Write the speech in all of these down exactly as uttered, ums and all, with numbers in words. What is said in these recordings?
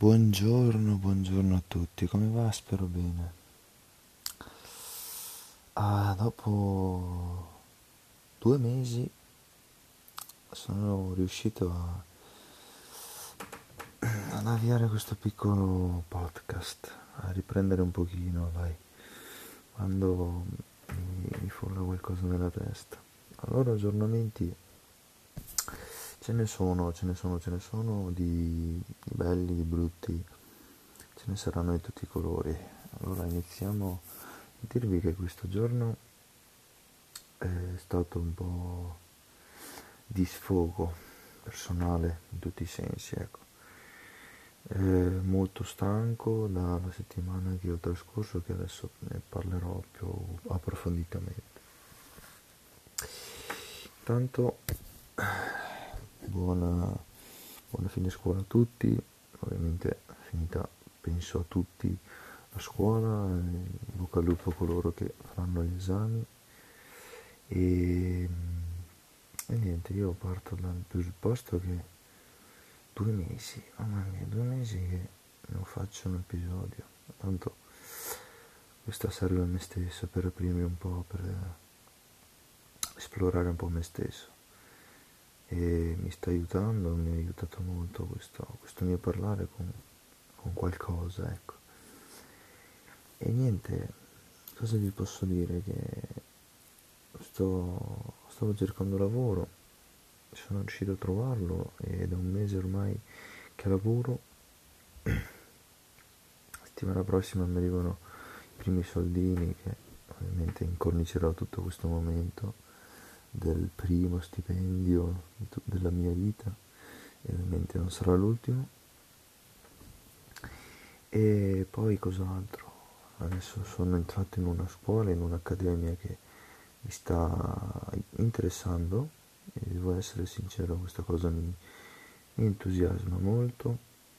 Buongiorno, buongiorno a tutti, come va? Spero bene. Ah, dopo due mesi sono riuscito a, ad avviare questo piccolo podcast, a riprendere un pochino, dai, quando mi, mi frulla qualcosa nella testa. Allora, aggiornamenti ce ne sono, ce ne sono, ce ne sono di, di belli, di brutti, ce ne saranno di tutti i colori. Allora iniziamo a dirvi che questo giorno è stato un po' di sfogo personale in tutti i sensi, ecco. Eh, molto stanco dalla settimana che ho trascorso, che adesso ne parlerò più approfonditamente. Intanto, buona, buona fine scuola a tutti, ovviamente finita penso a tutti la scuola, eh, in bocca al lupo a coloro che faranno gli esami e, e niente, io parto dal presupposto che due mesi, mamma mia, due mesi che non faccio un episodio, tanto questa serve a me stesso per aprirmi un po', per esplorare un po' me stesso e mi sta aiutando, mi ha aiutato molto questo, questo mio parlare con, con qualcosa, ecco. E niente, cosa vi posso dire? Che sto, stavo cercando lavoro, sono riuscito a trovarlo e da un mese ormai che lavoro. Settimana prossima mi arrivano i primi soldini che ovviamente incornicerò tutto questo momento del primo stipendio della mia vita e ovviamente non sarà l'ultimo. E poi cos'altro? Adesso sono entrato in una scuola, in un'accademia che mi sta interessando e devo essere sincero, questa cosa mi, mi entusiasma molto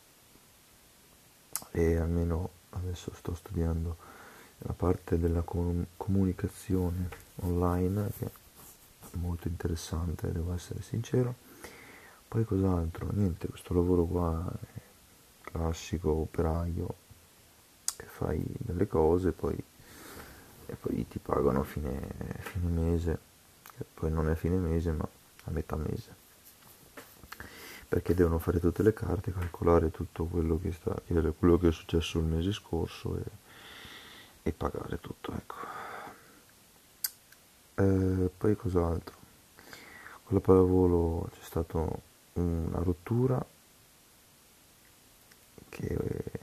e almeno adesso sto studiando la parte della com- comunicazione online che è molto interessante, devo essere sincero. Poi cos'altro? Niente, questo lavoro qua è classico operaio che fai delle cose poi, e poi ti pagano a fine, fine mese, che poi non è fine mese ma a metà mese, perché devono fare tutte le carte, calcolare tutto quello che, sta, quello che è successo il mese scorso e, e pagare tutto, ecco. Eh, poi cos'altro? Con la pallavolo c'è stata una rottura che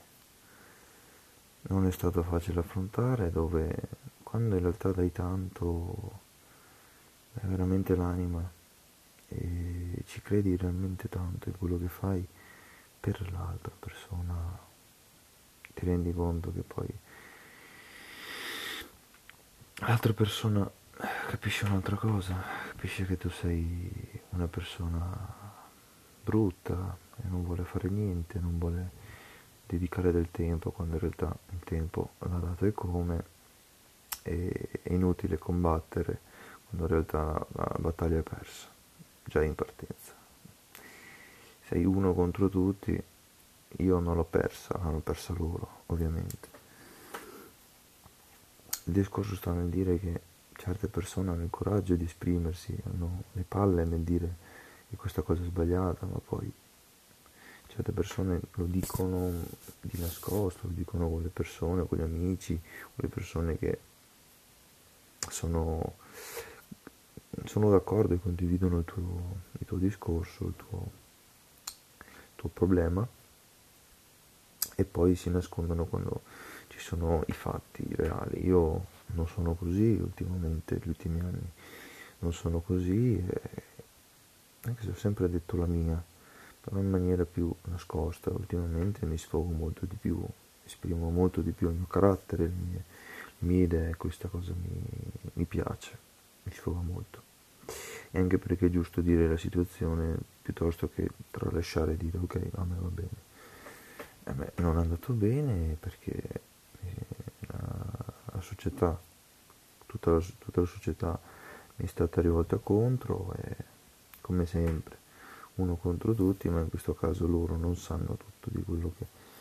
non è stato facile affrontare, dove quando in realtà dai tanto è veramente l'anima e ci credi realmente tanto in quello che fai per l'altra persona, ti rendi conto che poi l'altra persona capisce un'altra cosa, capisce che tu sei una persona brutta e non vuole fare niente, non vuole dedicare del tempo quando in realtà il tempo l'ha dato e come, e è inutile combattere quando in realtà la battaglia è persa, già in partenza. Sei uno contro tutti, io non l'ho persa, l'hanno persa loro, ovviamente. Il discorso sta nel dire che certe persone hanno il coraggio di esprimersi, hanno le palle nel dire che questa cosa è sbagliata, ma poi certe persone lo dicono di nascosto, lo dicono con le persone, con gli amici, con le persone che sono, sono d'accordo e condividono il tuo, il tuo discorso, il tuo, il tuo problema, e poi si nascondono quando ci sono i fatti reali. Io non sono così ultimamente, negli ultimi anni non sono così, e anche se ho sempre detto la mia, però in maniera più nascosta. Ultimamente mi sfogo molto di più, esprimo molto di più il mio carattere, le mie, le mie idee, questa cosa mi, mi piace, mi sfoga molto. E anche perché è giusto dire la situazione piuttosto che tralasciare e dire ok, a me va bene. A me non è andato bene perché eh, la, la società, tutta la, tutta la società mi è stata rivolta contro e come sempre uno contro tutti, ma in questo caso loro non sanno tutto di quello che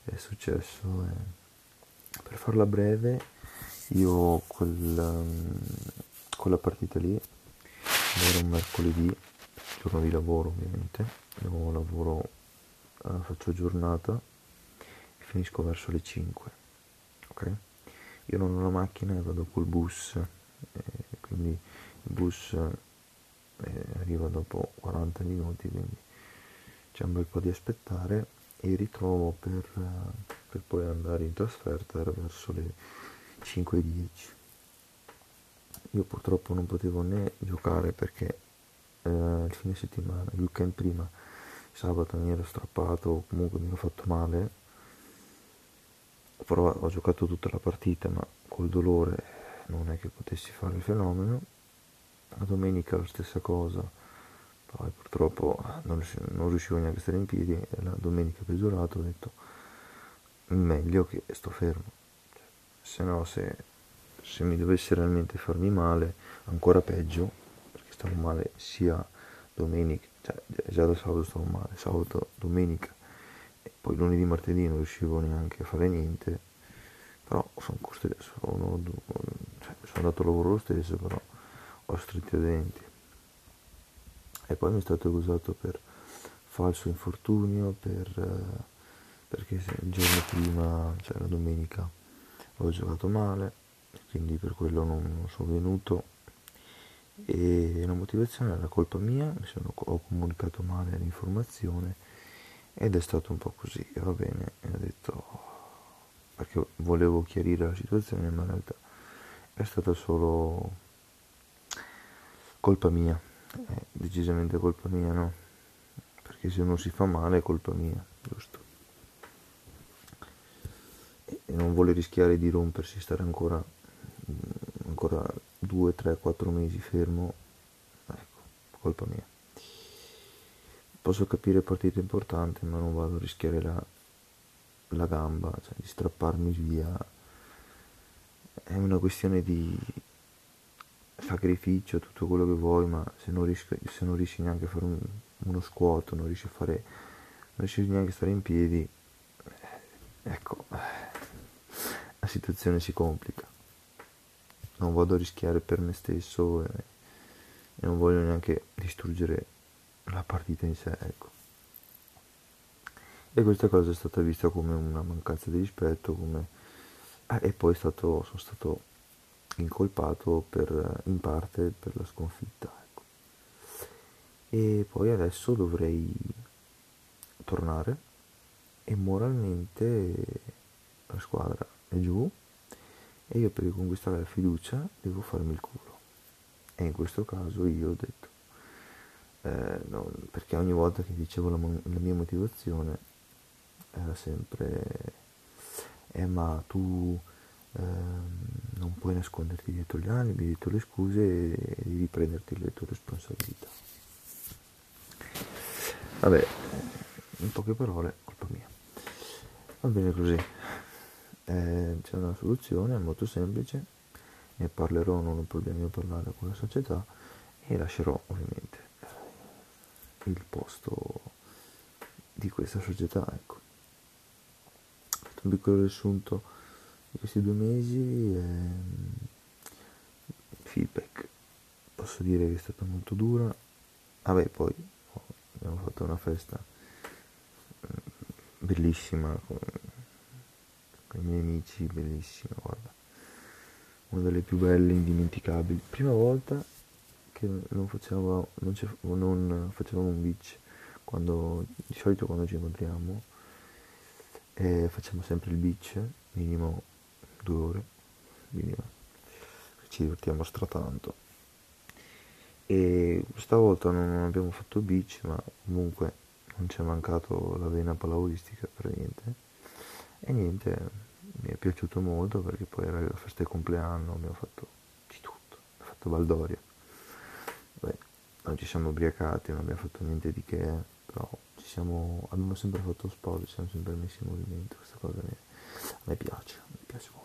è successo, eh, per farla breve, io quel, um, quella partita lì era un mercoledì, giorno di lavoro ovviamente, io lavoro, eh, faccio giornata e finisco verso le cinque, ok? Io non ho una macchina e vado col bus, eh, quindi il bus eh, arriva dopo quaranta minuti, quindi c'è un bel po' di aspettare e ritrovo per, eh, per poi andare in trasferta era verso le cinque e dieci. Io purtroppo non potevo né giocare perché eh, il fine settimana, il weekend prima, sabato mi ero strappato o comunque mi ero fatto male, però ho giocato tutta la partita ma col dolore non è che potessi fare il fenomeno. La domenica la stessa cosa, poi purtroppo non riuscivo, non riuscivo neanche a stare in piedi e la domenica peggiorata ho detto meglio che sto fermo, se no se, se mi dovesse realmente farmi male ancora peggio, perché stavo male sia domenica, cioè già da sabato stavo male, sabato, domenica e poi lunedì, martedì non riuscivo neanche a fare niente, però sono, sono, cioè, sono andato a lavoro lo stesso, però ho stretto i denti. E poi mi è stato accusato per falso infortunio, per, eh, perché il giorno prima, cioè la domenica, ho giocato male, quindi per quello non, non sono venuto. E la motivazione era colpa mia, mi sono, ho comunicato male l'informazione ed è stato un po' così, e va bene, e ho detto, perché volevo chiarire la situazione, ma in realtà è stata solo colpa mia, è decisamente colpa mia, no? Perché se uno si fa male è colpa mia, giusto? E non vuole rischiare di rompersi, stare ancora, ancora due, tre, quattro mesi fermo, ecco, colpa mia. Posso capire partite importanti, ma non vado a rischiare la, la gamba, cioè di strapparmi via. È una questione di sacrificio, tutto quello che vuoi, ma se non riesci, se non riesci neanche a fare un, uno squat, non riesci a fare, non riesci neanche a stare in piedi, ecco, la situazione si complica. Non vado a rischiare per me stesso e, e non voglio neanche distruggere la partita in sé, ecco. E questa cosa è stata vista come una mancanza di rispetto, come... ah, e poi è stato, sono stato incolpato per, in parte per la sconfitta, ecco. E poi adesso dovrei tornare e moralmente la squadra è giù e io per riconquistare la fiducia devo farmi il culo. E in questo caso io ho detto, eh, no, perché ogni volta che dicevo la, la mia motivazione era sempre, eh ma tu ehm, non puoi nasconderti dietro gli alibi, dietro le scuse e devi prenderti le tue responsabilità. Vabbè, in poche parole, colpa mia. Va bene così. Eh, c'è una soluzione, è molto semplice, ne parlerò, non ho problemi a parlare con la società e lascerò ovviamente il posto di questa società, ecco. Ho fatto un piccolo riassunto di questi due mesi e feedback, posso dire che è stata molto dura. Vabbè, poi oh, abbiamo fatto una festa bellissima con, con i miei amici, bellissima, guarda, una delle più belle, indimenticabili. Prima volta che non facevamo, non, non facevamo un beach, quando, di solito quando ci incontriamo eh, facciamo sempre il beach, minimo due ore, minimo. Ci divertiamo stratanto. E stavolta non abbiamo fatto beach, ma comunque non ci è mancato la vena pallavolistica per niente. E niente, mi è piaciuto molto perché poi era la festa di compleanno, abbiamo fatto di tutto, abbiamo fatto baldoria. Beh, non ci siamo ubriacati, non abbiamo fatto niente di che, però ci siamo, abbiamo sempre fatto sport, ci siamo sempre messi in movimento, questa cosa mi, a me piace, mi piace molto.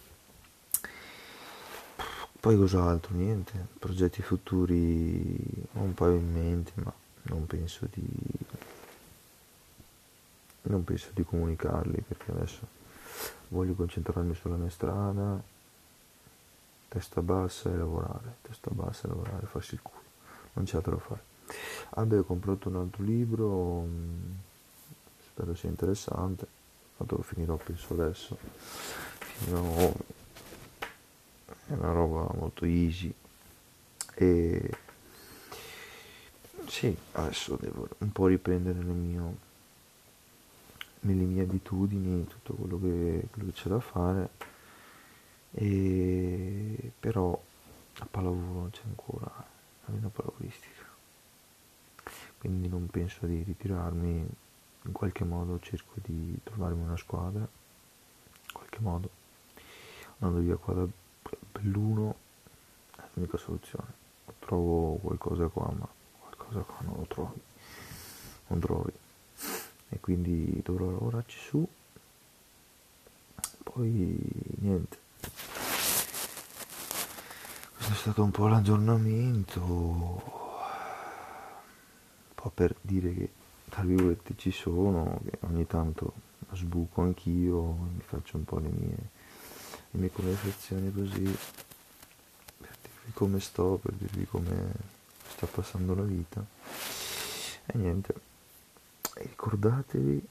Poi cos'altro? Niente, progetti futuri ho un paio in mente, ma non penso di non penso di comunicarli perché adesso voglio concentrarmi sulla mia strada, testa bassa e lavorare, testa bassa e lavorare, farsi il culo, non c'è altro da fare. Ah beh, ho comprato un altro libro, mh, spero sia interessante, tanto lo finirò penso adesso, finirò, è una roba molto easy e sì, adesso devo un po' riprendere le mie, le mie abitudini, tutto quello che, quello che c'è da fare, e però a pallavolo c'è ancora la vena pallavolistica, quindi non penso di ritirarmi, in qualche modo cerco di trovarmi una squadra, in qualche modo, andando via qua da Belluno è l'unica soluzione, trovo qualcosa qua ma qualcosa qua non lo trovi, non trovi, e quindi dovrò lavorarci su, poi niente. Questo è stato un po' l'aggiornamento, un po' per dire che tra virgolette ci sono, che ogni tanto sbuco anch'io, mi faccio un po' le mie, le mie conversazioni così, per dirvi come sto, per dirvi come sta passando la vita. E niente, e ricordatevi,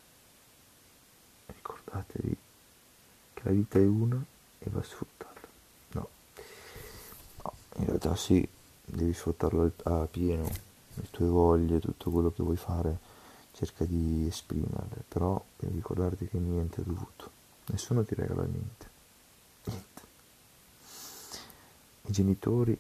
ricordatevi che la vita è una e va sfruttata. No, no, in realtà sì, devi sfruttarlo a pieno, le tue voglie, tutto quello che vuoi fare, cerca di esprimerle, però devi ricordarti che niente è dovuto, nessuno ti regala niente, niente. I genitori,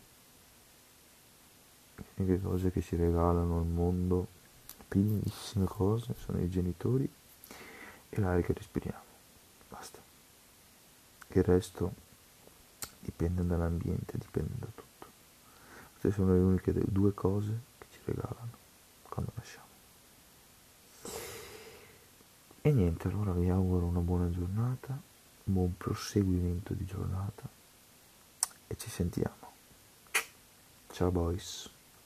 le uniche cose che ci regalano al mondo, primissime cose, sono i genitori e l'aria che respiriamo, basta. Il resto dipende dall'ambiente, dipende da tutto. Queste sono le uniche due cose che ci regalano quando nasciamo. E niente, allora vi auguro una buona giornata, un buon proseguimento di giornata e ci sentiamo. Ciao boys.